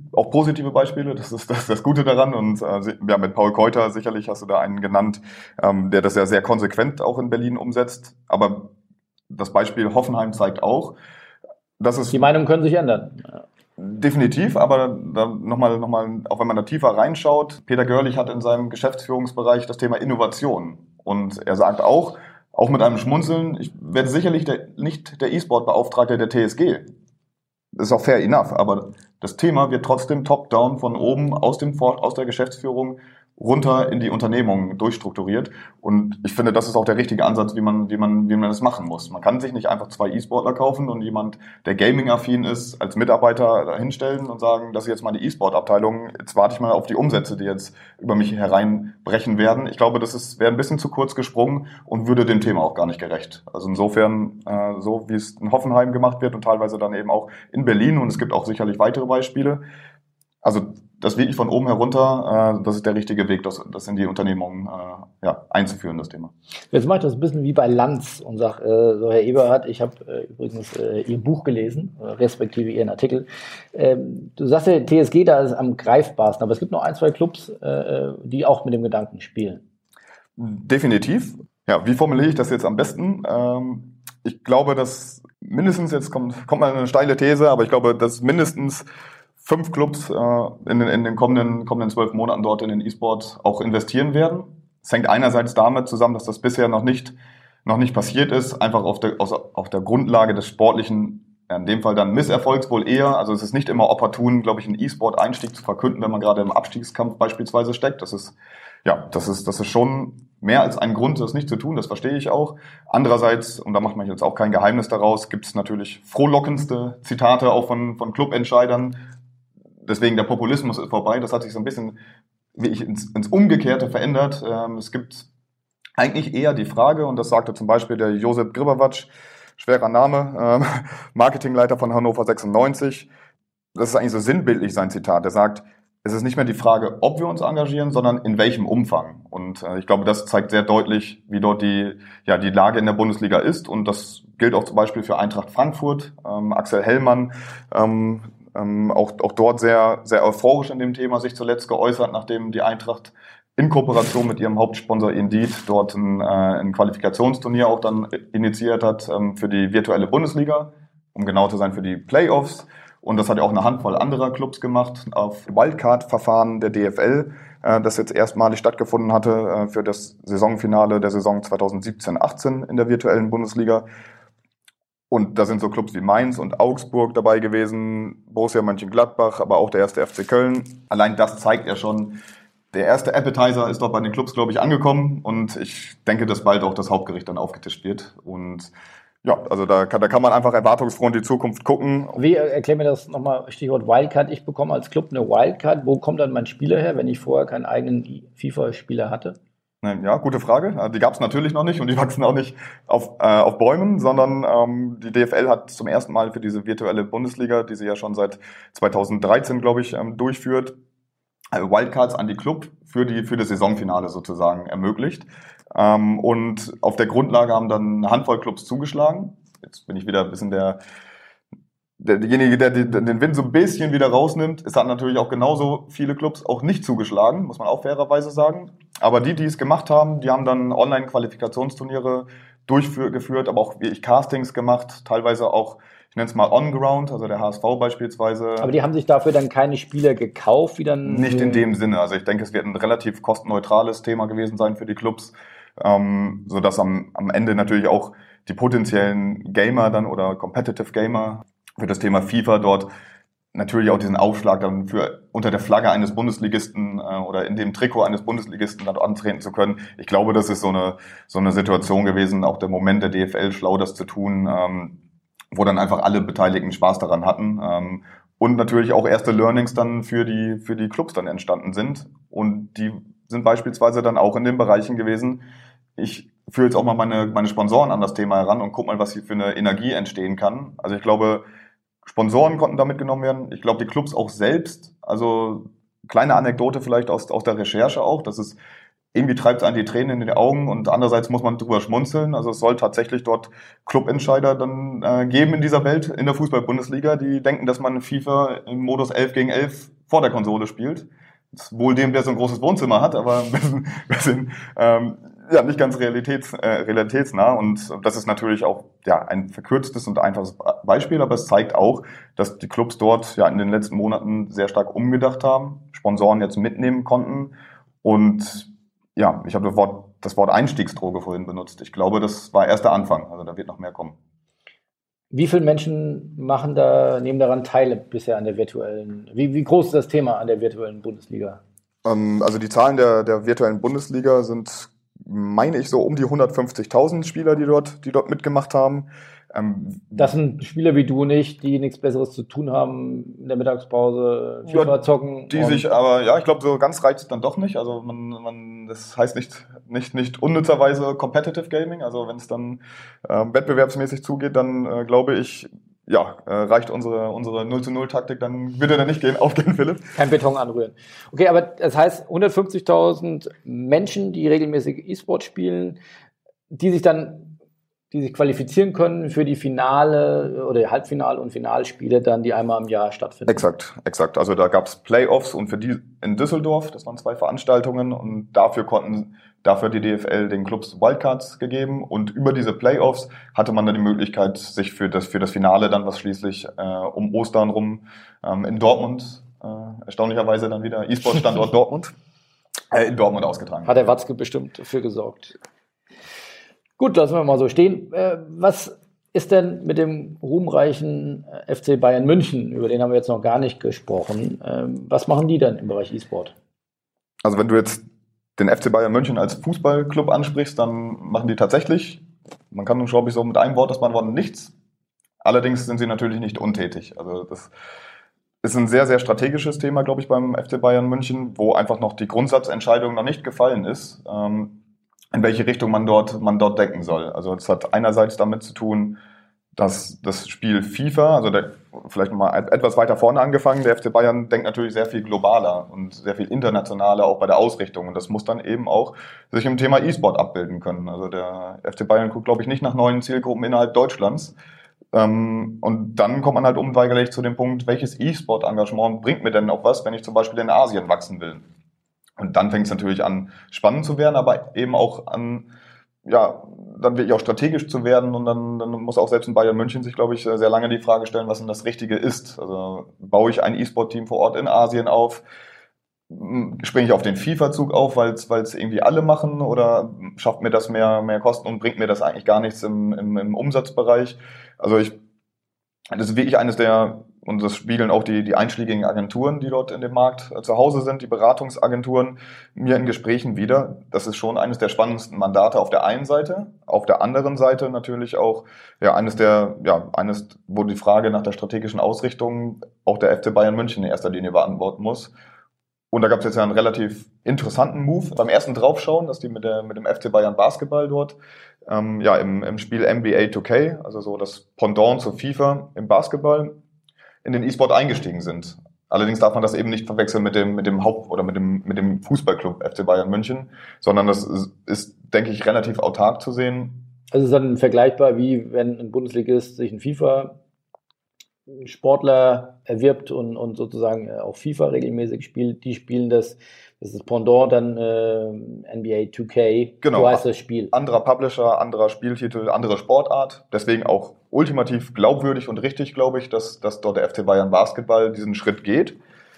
Speaker 3: auch positive Beispiele, das ist das, ist das Gute daran. Und äh, ja, mit Paul Keuter sicherlich hast du da einen genannt, ähm, der das ja sehr konsequent auch in Berlin umsetzt. Aber das Beispiel Hoffenheim zeigt auch, dass es...
Speaker 2: Die Meinungen können sich ändern. Ja.
Speaker 3: Definitiv, aber da nochmal, nochmal, auch wenn man da tiefer reinschaut, Peter Görlich hat in seinem Geschäftsführungsbereich das Thema Innovation. Und er sagt auch, auch mit einem Schmunzeln, ich werde sicherlich der, nicht der E-Sport-Beauftragte der T S G. Das ist auch fair enough, aber das Thema wird trotzdem top-down von oben aus dem aus der Geschäftsführung runter in die Unternehmung durchstrukturiert. Und ich finde, das ist auch der richtige Ansatz, wie man, wie man, wie man das machen muss. Man kann sich nicht einfach zwei E-Sportler kaufen und jemand, der Gaming-affin ist, als Mitarbeiter hinstellen und sagen, das ist jetzt mal die E-Sport-Abteilung, jetzt warte ich mal auf die Umsätze, die jetzt über mich hereinbrechen werden. Ich glaube, das ist, wäre ein bisschen zu kurz gesprungen und würde dem Thema auch gar nicht gerecht. Also insofern, äh, so wie es in Hoffenheim gemacht wird und teilweise dann eben auch in Berlin, und es gibt auch sicherlich weitere Beispiele. Also das wirklich von oben herunter, äh, das ist der richtige Weg, das, das in die Unternehmung äh, ja, einzuführen, das Thema.
Speaker 2: Jetzt mache ich das ein bisschen wie bei Lanz und sage, äh, so Herr Eberhardt, ich habe äh, übrigens äh, Ihr Buch gelesen, äh, respektive Ihren Artikel. Ähm, du sagst ja, T S G da ist am greifbarsten, aber es gibt noch ein, zwei Clubs, äh, die auch mit dem Gedanken spielen.
Speaker 3: Definitiv. Ja, wie formuliere ich das jetzt am besten? Ähm, ich glaube, dass mindestens, jetzt kommt, kommt mal eine steile These, aber ich glaube, dass mindestens fünf Clubs äh, in den, in den kommenden, kommenden zwölf Monaten dort in den E-Sport auch investieren werden. Es hängt einerseits damit zusammen, dass das bisher noch nicht, noch nicht passiert ist, einfach auf der, aus, auf der Grundlage des sportlichen, in dem Fall dann Misserfolgs wohl eher. Also es ist nicht immer opportun, glaube ich, einen E-Sport-Einstieg zu verkünden, wenn man gerade im Abstiegskampf beispielsweise steckt. Das ist, ja, das ist, das ist schon mehr als ein Grund, das nicht zu tun, das verstehe ich auch. Andererseits, und da macht man jetzt auch kein Geheimnis daraus, gibt es natürlich frohlockendste Zitate auch von, von Clubentscheidern. Deswegen, der Populismus ist vorbei. Das hat sich so ein bisschen wie ich, ins, ins Umgekehrte verändert. Ähm, es gibt eigentlich eher die Frage, und das sagte zum Beispiel der Josip Grbavac, schwerer Name, ähm, Marketingleiter von Hannover sechsundneunzig. Das ist eigentlich so sinnbildlich sein Zitat. Er sagt, es ist nicht mehr die Frage, ob wir uns engagieren, sondern in welchem Umfang. Und äh, ich glaube, das zeigt sehr deutlich, wie dort die, ja, die Lage in der Bundesliga ist. Und das gilt auch zum Beispiel für Eintracht Frankfurt. Ähm, Axel Hellmann, ähm, Ähm, auch, auch dort sehr, sehr euphorisch in dem Thema sich zuletzt geäußert, nachdem die Eintracht in Kooperation mit ihrem Hauptsponsor Indeed dort ein, äh, ein Qualifikationsturnier auch dann initiiert hat ähm, für die virtuelle Bundesliga, um genau zu sein für die Playoffs. Und das hat ja auch eine Handvoll anderer Clubs gemacht auf Wildcard-Verfahren der D F L, äh, das jetzt erstmalig stattgefunden hatte äh, für das Saisonfinale der Saison zweitausendsiebzehn achtzehn in der virtuellen Bundesliga. Und da sind so Clubs wie Mainz und Augsburg dabei gewesen, Borussia Mönchengladbach, aber auch der erste F C Köln. Allein das zeigt ja schon, der erste Appetizer ist dort bei den Clubs, glaube ich, angekommen. Und ich denke, dass bald auch das Hauptgericht dann aufgetischt wird. Und ja, also da kann, da kann man einfach erwartungsfroh in die Zukunft gucken.
Speaker 2: Wie, erklär mir das nochmal, Stichwort Wildcard. Ich bekomme als Club eine Wildcard. Wo kommt dann mein Spieler her, wenn ich vorher keinen eigenen FIFA-Spieler hatte?
Speaker 3: Ja, gute Frage. Die gab es natürlich noch nicht und die wachsen auch nicht auf, äh, auf Bäumen, sondern ähm, die D F L hat zum ersten Mal für diese virtuelle Bundesliga, die sie ja schon seit zweitausenddreizehn, glaube ich, ähm, durchführt, äh, Wildcards an die Club für die für das Saisonfinale sozusagen ermöglicht. Ähm, und auf der Grundlage haben dann eine Handvoll Clubs zugeschlagen. Jetzt bin ich wieder ein bisschen der derjenige, der den Wind so ein bisschen wieder rausnimmt. Es hat natürlich auch genauso viele Clubs auch nicht zugeschlagen, muss man auch fairerweise sagen. Aber die, die es gemacht haben, die haben dann Online-Qualifikationsturniere durchgeführt, aber auch wie ich Castings gemacht, teilweise auch, ich nenne es mal on-ground, also der H S V beispielsweise.
Speaker 2: Aber die haben sich dafür dann keine Spieler gekauft, wie dann...
Speaker 3: Nicht in dem Sinne. Also ich denke, es wird ein relativ kostenneutrales Thema gewesen sein für die Clubs, ähm, sodass am, am Ende natürlich auch die potenziellen Gamer dann oder Competitive Gamer für das Thema FIFA dort natürlich auch diesen Aufschlag dann für unter der Flagge eines Bundesligisten äh, oder in dem Trikot eines Bundesligisten dann antreten zu können. Ich glaube, das ist so eine so eine Situation gewesen, auch der Moment der D F L schlau, das zu tun, ähm, wo dann einfach alle Beteiligten Spaß daran hatten ähm, und natürlich auch erste Learnings dann für die für die Clubs dann entstanden sind und die sind beispielsweise dann auch in den Bereichen gewesen. Ich führe jetzt auch mal meine meine Sponsoren an das Thema heran und guck mal, was hier für eine Energie entstehen kann. Also ich glaube, Sponsoren konnten da mitgenommen werden. Ich glaube, die Clubs auch selbst. Also kleine Anekdote vielleicht aus, aus der Recherche auch. Das ist, irgendwie treibt es einen die Tränen in die Augen und andererseits muss man drüber schmunzeln. Also es soll tatsächlich dort Clubentscheider dann äh, geben in dieser Welt, in der Fußball-Bundesliga, die denken, dass man FIFA im Modus elf gegen elf vor der Konsole spielt. Das ist wohl dem, der so ein großes Wohnzimmer hat, aber ein bisschen, bisschen ähm, ja, nicht ganz realitäts, äh, realitätsnah. Und das ist natürlich auch ja ein verkürztes und einfaches Beispiel, aber es zeigt auch, dass die Clubs dort ja in den letzten Monaten sehr stark umgedacht haben, Sponsoren jetzt mitnehmen konnten. Und ja, ich habe das Wort, das Wort Einstiegsdroge vorhin benutzt. Ich glaube, das war erst der Anfang. Also da wird noch mehr kommen.
Speaker 2: Wie viele Menschen machen da, nehmen daran teil bisher an der virtuellen, wie, wie groß ist das Thema an der virtuellen Bundesliga?
Speaker 3: Ähm, also die Zahlen der, der virtuellen Bundesliga sind, meine ich, so um die hundertfünfzigtausend Spieler, die dort, die dort mitgemacht haben. Ähm,
Speaker 2: das sind Spieler wie du nicht, die nichts Besseres zu tun haben in der Mittagspause, FIFA
Speaker 3: ja,
Speaker 2: zocken.
Speaker 3: Die sich aber, ja, ich glaube, so ganz reicht es dann doch nicht. Also man, man, das heißt nicht, nicht, nicht unnützerweise Competitive Gaming. Also wenn es dann ähm, wettbewerbsmäßig zugeht, dann äh, glaube ich, ja, äh, reicht unsere, unsere null zu null Taktik, dann würde er nicht gehen, aufgehen, Philipp.
Speaker 2: Kein Beton anrühren. Okay, aber das heißt hundertfünfzigtausend Menschen, die regelmäßig E-Sport spielen, die sich dann die sich qualifizieren können für die Finale oder Halbfinale- und Finalspiele dann, die einmal im Jahr stattfinden.
Speaker 3: Exakt, exakt. Also da gab es Playoffs und für die in Düsseldorf, das waren zwei Veranstaltungen und dafür konnten, dafür hat die D F L den Clubs Wildcards gegeben und über diese Playoffs hatte man dann die Möglichkeit, sich für das, für das Finale dann, was schließlich äh, um Ostern rum ähm, in Dortmund, äh, erstaunlicherweise dann wieder E-Sport-Standort Dortmund, äh, in Dortmund ausgetragen.
Speaker 2: Hat der Watzke bestimmt dafür gesorgt. Gut, lassen wir mal so stehen. Was ist denn mit dem ruhmreichen F C Bayern München? Über den haben wir jetzt noch gar nicht gesprochen. Was machen die denn im Bereich E-Sport?
Speaker 3: Also wenn du jetzt den F C Bayern München als Fußballclub ansprichst, dann machen die tatsächlich, man kann, glaube ich, so mit einem Wort das Wort nichts. Allerdings sind sie natürlich nicht untätig. Also das ist ein sehr, sehr strategisches Thema, glaube ich, beim F C Bayern München, wo einfach noch die Grundsatzentscheidung noch nicht gefallen ist, in welche Richtung man dort, man dort denken soll. Also es hat einerseits damit zu tun, dass das Spiel FIFA, also der, vielleicht mal etwas weiter vorne angefangen, der F C Bayern denkt natürlich sehr viel globaler und sehr viel internationaler auch bei der Ausrichtung und das muss dann eben auch sich im Thema E-Sport abbilden können. Also der F C Bayern guckt, glaube ich, nicht nach neuen Zielgruppen innerhalb Deutschlands. Und dann kommt man halt unweigerlich zu dem Punkt, welches E-Sport-Engagement bringt mir denn auch was, wenn ich zum Beispiel in Asien wachsen will. Und dann fängt es natürlich an, spannend zu werden, aber eben auch an, ja, dann wirklich auch strategisch zu werden. Und dann, dann muss auch selbst in Bayern München sich, glaube ich, sehr lange die Frage stellen, was denn das Richtige ist. Also baue ich ein E-Sport-Team vor Ort in Asien auf? Springe ich auf den FIFA-Zug auf, weil es irgendwie alle machen? Oder schafft mir das mehr, mehr Kosten und bringt mir das eigentlich gar nichts im, im, im Umsatzbereich? Also ich, das ist wirklich eines der, und das spiegeln auch die, die einschlägigen Agenturen, die dort in dem Markt äh, zu Hause sind, die Beratungsagenturen, mir in Gesprächen wieder. Das ist schon eines der spannendsten Mandate auf der einen Seite. Auf der anderen Seite natürlich auch, ja, eines der, ja, eines, wo die Frage nach der strategischen Ausrichtung auch der F C Bayern München in erster Linie beantworten muss. Und da gab es jetzt ja einen relativ interessanten Move beim ersten Draufschauen, dass die mit, der, mit dem F C Bayern Basketball dort ähm, ja, im, im Spiel N B A zwei K, also so das Pendant zu FIFA im Basketball, in den E-Sport eingestiegen sind. Allerdings darf man das eben nicht verwechseln mit dem, mit dem Haupt- oder mit dem, mit dem Fußballclub F C Bayern München, sondern das ist, ist, denke ich, relativ autark zu sehen.
Speaker 2: Also es ist dann vergleichbar, wie wenn ein Bundesligist sich ein FIFA Sportler erwirbt und, und sozusagen auch FIFA regelmäßig spielt, die spielen das, das ist Pendant dann äh, N B A zwei K,
Speaker 3: genau,
Speaker 2: so heißt das Spiel.
Speaker 3: Anderer Publisher, anderer Spieltitel, andere Sportart, deswegen auch ultimativ glaubwürdig und richtig, glaube ich, dass, dass dort der F C Bayern Basketball diesen Schritt geht.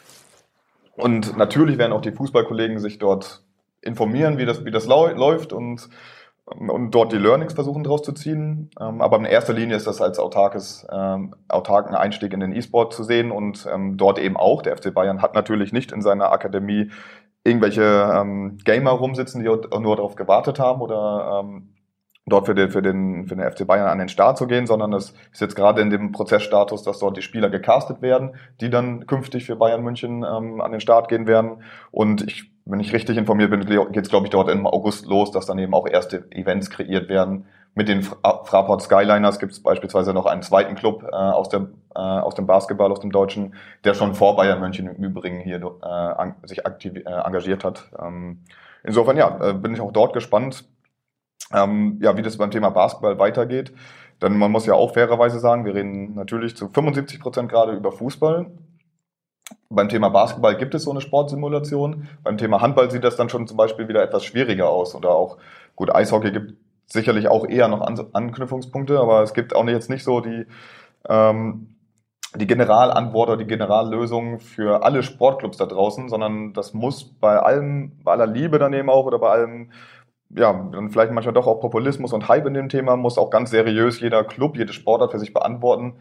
Speaker 3: Und natürlich werden auch die Fußballkollegen sich dort informieren, wie das, wie das lau- läuft und und dort die Learnings versuchen draus zu ziehen. Aber in erster Linie ist das als autarkes, ähm, autarken Einstieg in den E-Sport zu sehen und ähm, dort eben auch. Der F C Bayern hat natürlich nicht in seiner Akademie irgendwelche ähm, Gamer rumsitzen, die nur darauf gewartet haben oder ähm, dort für den, für den, für den F C Bayern an den Start zu gehen, sondern es ist jetzt gerade in dem Prozessstatus, dass dort die Spieler gecastet werden, die dann künftig für Bayern München ähm, an den Start gehen werden. Und ich, wenn ich richtig informiert bin, geht es, glaube ich, dort im August los, dass dann eben auch erste Events kreiert werden. Mit den Fraport Skyliners gibt es beispielsweise noch einen zweiten Club äh, aus, der, äh, aus dem Basketball, aus dem Deutschen, der schon vor Bayern München im Übrigen hier äh, an, sich aktiv äh, engagiert hat. Ähm, insofern, ja, äh, bin ich auch dort gespannt, ähm, ja, wie das beim Thema Basketball weitergeht. Denn man muss ja auch fairerweise sagen, wir reden natürlich zu fünfundsiebzig Prozent gerade über Fußball. Beim Thema Basketball gibt es so eine Sportsimulation. Beim Thema Handball sieht das dann schon zum Beispiel wieder etwas schwieriger aus. Oder auch, gut, Eishockey gibt sicherlich auch eher noch An- Anknüpfungspunkte, aber es gibt auch jetzt nicht so die, ähm, die Generalantwort oder die Generallösung für alle Sportclubs da draußen, sondern das muss bei allem, bei aller Liebe daneben auch oder bei allem, ja, dann vielleicht manchmal doch auch Populismus und Hype in dem Thema, muss auch ganz seriös jeder Club, jede Sportart für sich beantworten,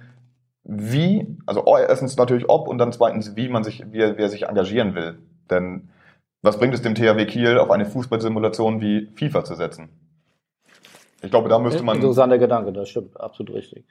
Speaker 3: wie, also erstens natürlich ob und dann zweitens, wie man sich, wie er, wie er sich engagieren will. Denn was bringt es dem T H W Kiel, auf eine Fußballsimulation wie FIFA zu setzen? Ich glaube, da müsste man...
Speaker 2: Interessanter Gedanke, das stimmt, absolut richtig.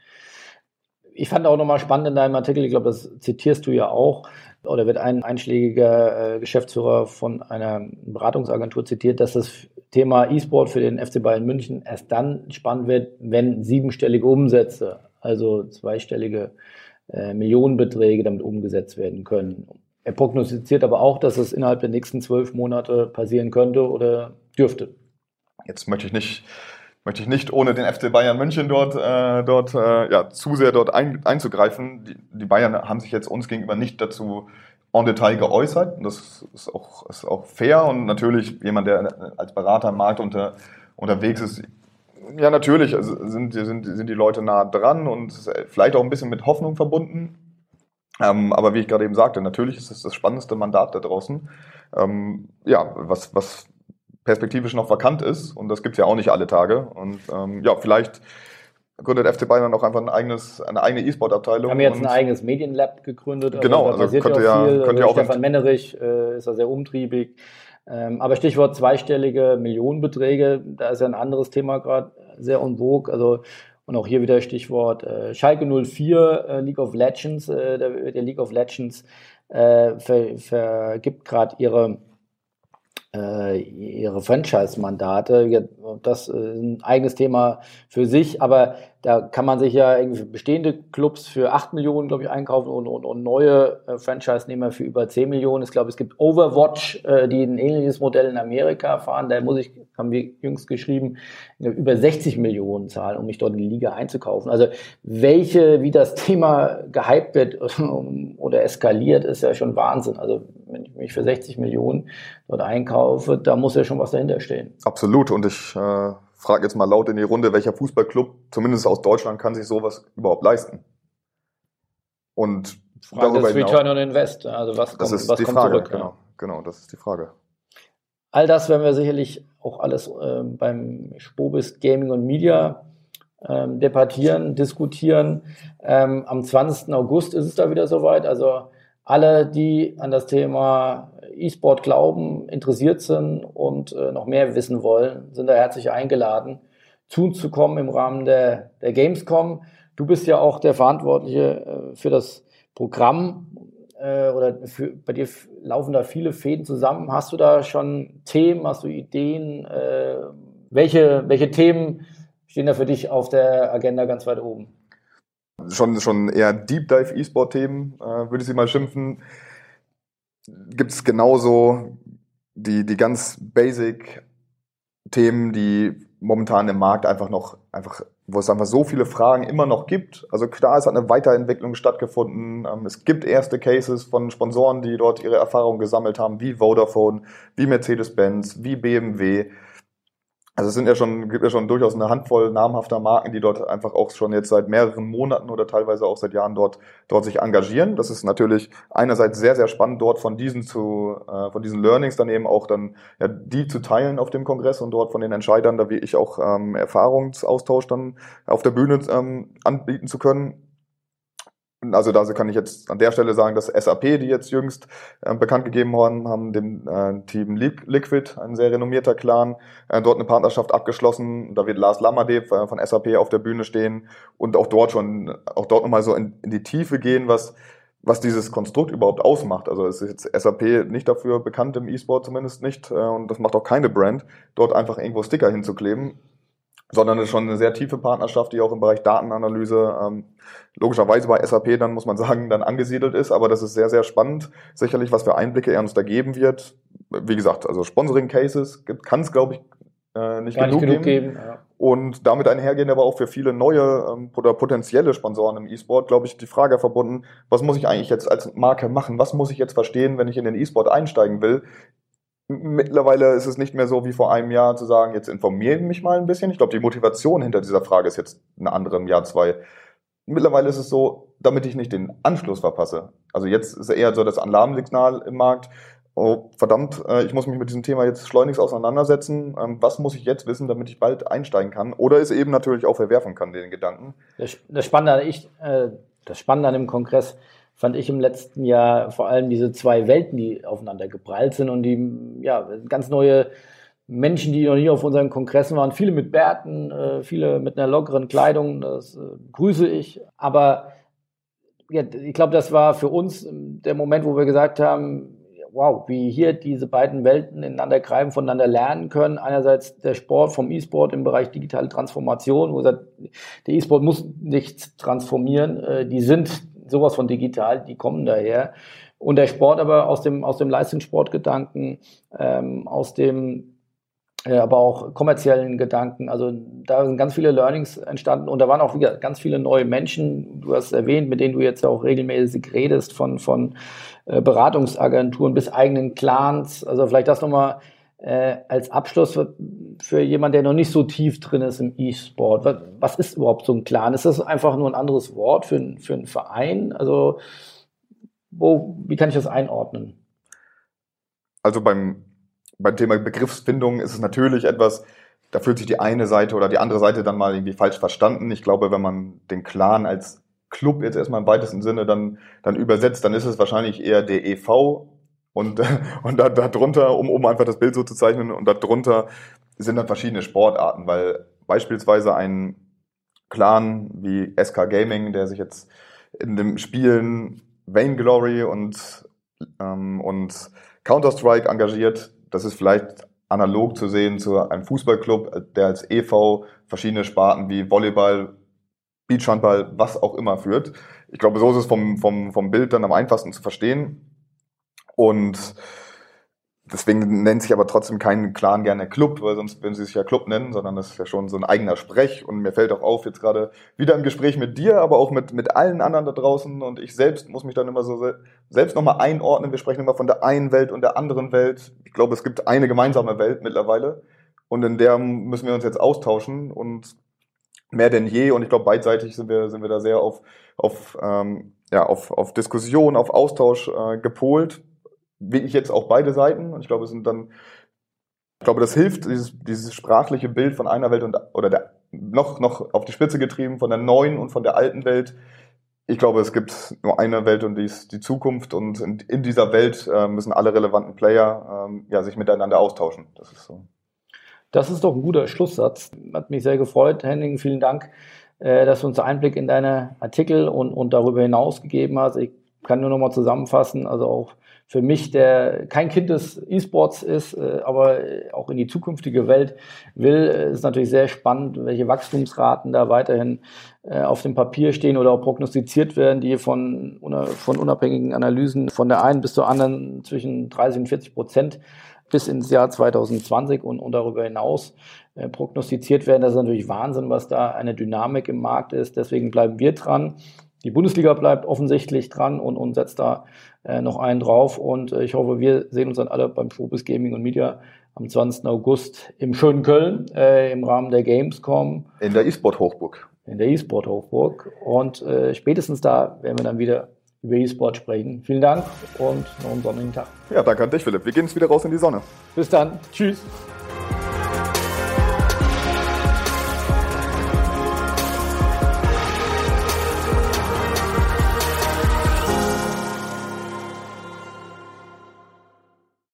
Speaker 2: Ich fand auch nochmal spannend in deinem Artikel, ich glaube, das zitierst du ja auch, oder wird ein einschlägiger äh, Geschäftsführer von einer Beratungsagentur zitiert, dass das Thema E-Sport für den F C Bayern München erst dann spannend wird, wenn siebenstellige Umsätze, also zweistellige äh, Millionenbeträge damit umgesetzt werden können. Er prognostiziert aber auch, dass es innerhalb der nächsten zwölf Monate passieren könnte oder dürfte.
Speaker 3: Jetzt möchte ich nicht... möchte ich nicht ohne den F C Bayern München dort, äh, dort äh, ja, zu sehr dort ein, einzugreifen. Die, die Bayern haben sich jetzt uns gegenüber nicht dazu en Detail geäußert. Und das ist auch, ist auch fair. Und natürlich jemand, der als Berater im Markt unter, unterwegs ist, ja natürlich sind, sind, sind die Leute nah dran und vielleicht auch ein bisschen mit Hoffnung verbunden. Ähm, aber wie ich gerade eben sagte, natürlich ist es das spannendste Mandat da draußen. Ähm, ja, was, was perspektivisch noch vakant ist und das gibt es ja auch nicht alle Tage und ähm, ja, vielleicht gründet F C Bayern dann auch einfach ein eigenes, eine eigene E-Sport-Abteilung.
Speaker 2: Wir haben jetzt ein eigenes Medienlab gegründet. Also
Speaker 3: genau, also könnte ja,
Speaker 2: viel.
Speaker 3: könnte ja auch...
Speaker 2: Stefan Mennerich äh, ist da sehr umtriebig. Ähm, aber Stichwort zweistellige Millionenbeträge, da ist ja ein anderes Thema gerade sehr en vogue. Also, und auch hier wieder Stichwort äh, Schalke null vier, äh, League of Legends. Äh, der, der League of Legends äh, ver, vergibt gerade ihre ihre Franchise-Mandate. Das ist ein eigenes Thema für sich, aber da kann man sich ja irgendwie bestehende Clubs für acht Millionen, glaube ich, einkaufen und, und, und neue Franchise-Nehmer für über zehn Millionen. Ich glaube, es gibt Overwatch, die ein ähnliches Modell in Amerika fahren. Da muss ich, haben wir jüngst geschrieben, über sechzig Millionen zahlen, um mich dort in die Liga einzukaufen. Also welche, wie das Thema gehypt wird oder eskaliert, ist ja schon Wahnsinn. Also wenn ich mich für sechzig Millionen dort einkaufe, da muss ja schon was dahinter stehen.
Speaker 3: Absolut. Und ich äh, frage jetzt mal laut in die Runde, welcher Fußballclub, zumindest aus Deutschland, kann sich sowas überhaupt leisten? Und
Speaker 2: Frage darüber ist Return on Invest. Also was kommt,
Speaker 3: das ist
Speaker 2: was
Speaker 3: die
Speaker 2: kommt
Speaker 3: Frage,
Speaker 2: zurück?
Speaker 3: Genau,
Speaker 2: ja.
Speaker 3: genau, das ist die Frage.
Speaker 2: All das werden wir sicherlich auch alles äh, beim Spobis Gaming und Media ähm, debattieren, diskutieren. Ähm, am zwanzigsten August ist es da wieder soweit. Also alle, die an das Thema E-Sport glauben, interessiert sind und äh, noch mehr wissen wollen, sind da herzlich eingeladen, zu uns zu kommen im Rahmen der, der Gamescom. Du bist ja auch der Verantwortliche äh, für das Programm äh, oder für, bei dir laufen da viele Fäden zusammen. Hast du da schon Themen, hast du Ideen? Äh, welche, welche Themen stehen da für dich auf der Agenda ganz weit oben?
Speaker 3: Schon, schon eher Deep Dive E-Sport-Themen, äh, würde ich sie mal schimpfen. Gibt es genauso die, die ganz basic Themen, die momentan im Markt einfach noch, einfach, wo es einfach so viele Fragen immer noch gibt. Also klar, es hat eine Weiterentwicklung stattgefunden. Ähm, es gibt erste Cases von Sponsoren, die dort ihre Erfahrungen gesammelt haben, wie Vodafone, wie Mercedes-Benz, wie B M W. Also es sind ja schon, gibt ja schon durchaus eine Handvoll namhafter Marken, die dort einfach auch schon jetzt seit mehreren Monaten oder teilweise auch seit Jahren dort, dort sich engagieren. Das ist natürlich einerseits sehr, sehr spannend, dort von diesen zu, äh, von diesen Learnings dann eben auch dann, ja, die zu teilen auf dem Kongress und dort von den Entscheidern, da wie ich auch ähm, Erfahrungsaustausch dann auf der Bühne ähm, anbieten zu können. Also da kann ich jetzt an der Stelle sagen, dass S A P, die jetzt jüngst äh, bekannt gegeben haben, haben dem äh, Team Liquid, ein sehr renommierter Clan, äh, dort eine Partnerschaft abgeschlossen. Da wird Lars Lamadé äh, von S A P auf der Bühne stehen und auch dort schon, auch dort nochmal so in, in die Tiefe gehen, was was dieses Konstrukt überhaupt ausmacht. Also es ist jetzt S A P nicht dafür bekannt, im E-Sport zumindest nicht, äh, und das macht auch keine Brand, dort einfach irgendwo Sticker hinzukleben, sondern es ist schon eine sehr tiefe Partnerschaft, die auch im Bereich Datenanalyse ähm, logischerweise bei S A P dann, muss man sagen, dann angesiedelt ist. Aber das ist sehr, sehr spannend. Sicherlich, was für Einblicke er uns da geben wird. Wie gesagt, also Sponsoring-Cases kann es, glaube ich, äh, nicht
Speaker 2: Gar
Speaker 3: genug,
Speaker 2: nicht genug
Speaker 3: geben.
Speaker 2: geben ja.
Speaker 3: Und damit einhergehend aber auch für viele neue ähm, oder potenzielle Sponsoren im E-Sport, glaube ich, die Frage verbunden, was muss ich eigentlich jetzt als Marke machen? Was muss ich jetzt verstehen, wenn ich in den E-Sport einsteigen will? Mittlerweile ist es nicht mehr so wie vor einem Jahr zu sagen, jetzt informiere ich mich mal ein bisschen. Ich glaube, die Motivation hinter dieser Frage ist jetzt eine andere im Jahr zwei. Mittlerweile ist es so, damit ich nicht den Anschluss verpasse. Also jetzt ist eher so das Alarmsignal im Markt. Oh, verdammt, ich muss mich mit diesem Thema jetzt schleunigst auseinandersetzen. Was muss ich jetzt wissen, damit ich bald einsteigen kann? Oder es eben natürlich auch verwerfen kann, den Gedanken.
Speaker 2: Das, das Spannende an ich, äh, das Spannende an dem Kongress fand ich im letzten Jahr vor allem diese zwei Welten, die aufeinander geprallt sind und die, ja, ganz neue Menschen, die noch nie auf unseren Kongressen waren. Viele mit Bärten, äh, viele mit einer lockeren Kleidung, das äh, grüße ich. Aber ja, ich glaube, das war für uns der Moment, wo wir gesagt haben, wow, wie hier diese beiden Welten ineinander greifen, voneinander lernen können. Einerseits der Sport vom E-Sport im Bereich digitale Transformation, wo gesagt, der E-Sport muss nichts transformieren, die sind sowas von digital, die kommen daher. Und der Sport aber aus dem, aus dem Leistungssportgedanken, ähm, aus dem äh, aber auch kommerziellen Gedanken. Also da sind ganz viele Learnings entstanden und da waren auch wieder ganz viele neue Menschen, du hast erwähnt, mit denen du jetzt auch regelmäßig redest, von, von äh, Beratungsagenturen bis eigenen Clans. Also vielleicht das nochmal äh, als Abschluss für, für jemanden, der noch nicht so tief drin ist im E-Sport. Was, was ist überhaupt so ein Clan? Ist das einfach nur ein anderes Wort für, für einen Verein? Also wo, wie kann ich das einordnen?
Speaker 3: Also beim Beim Thema Begriffsfindung ist es natürlich etwas, da fühlt sich die eine Seite oder die andere Seite dann mal irgendwie falsch verstanden. Ich glaube, wenn man den Clan als Club jetzt erstmal im weitesten Sinne dann, dann übersetzt, dann ist es wahrscheinlich eher der E V und, und da, da drunter, um, um einfach das Bild so zu zeichnen, und da drunter sind dann verschiedene Sportarten, weil beispielsweise ein Clan wie S K Gaming, der sich jetzt in den Spielen Vainglory und, ähm, und Counter-Strike engagiert, das ist vielleicht analog zu sehen zu einem Fußballclub, der als E V verschiedene Sparten wie Volleyball, Beachhandball, was auch immer führt. Ich glaube, so ist es vom, vom, vom Bild dann am einfachsten zu verstehen. Und deswegen nennt sich aber trotzdem kein Clan gerne Club, weil sonst würden sie sich ja Club nennen, sondern das ist ja schon so ein eigener Sprech. Und mir fällt auch auf, jetzt gerade wieder im Gespräch mit dir, aber auch mit, mit allen anderen da draußen. Und ich selbst muss mich dann immer so selbst nochmal einordnen. Wir sprechen immer von der einen Welt und der anderen Welt. Ich glaube, es gibt eine gemeinsame Welt mittlerweile. Und in der müssen wir uns jetzt austauschen und mehr denn je. Und ich glaube, beidseitig sind wir, sind wir da sehr auf, auf, ähm, ja, auf, auf Diskussion, auf Austausch äh, gepolt. Wirklich jetzt auch beide Seiten. Und ich glaube, es sind dann, ich glaube, das hilft, dieses, dieses sprachliche Bild von einer Welt und, oder der, noch, noch auf die Spitze getrieben von der neuen und von der alten Welt. Ich glaube, es gibt nur eine Welt und die ist die Zukunft. Und in, in dieser Welt äh, müssen alle relevanten Player ähm, ja, sich miteinander austauschen. Das ist so.
Speaker 2: Das ist doch ein guter Schlusssatz. Hat mich sehr gefreut, Henning. Vielen Dank, äh, dass du uns Einblick in deine Artikel und, und darüber hinaus gegeben hast. Ich kann nur noch mal zusammenfassen, also auch für mich, der kein Kind des E-Sports ist, äh, aber auch in die zukünftige Welt will, äh, ist natürlich sehr spannend, welche Wachstumsraten da weiterhin äh, auf dem Papier stehen oder auch prognostiziert werden, die von, von unabhängigen Analysen von der einen bis zur anderen zwischen dreißig und vierzig Prozent bis ins Jahr zwanzig zwanzig und, und darüber hinaus äh, prognostiziert werden. Das ist natürlich Wahnsinn, was da eine Dynamik im Markt ist. Deswegen bleiben wir dran. Die Bundesliga bleibt offensichtlich dran und, und setzt da äh, noch einen drauf. Und äh, ich hoffe, wir sehen uns dann alle beim Showbiz Gaming und Media am zwanzigsten August im schönen Köln äh, im Rahmen der Gamescom.
Speaker 3: In der E-Sport-Hochburg.
Speaker 2: In der E-Sport-Hochburg. Und äh, spätestens da werden wir dann wieder über E-Sport sprechen. Vielen Dank und noch einen sonnigen Tag.
Speaker 3: Ja, danke an dich, Philipp. Wir gehen jetzt wieder raus in die Sonne.
Speaker 2: Bis dann. Tschüss.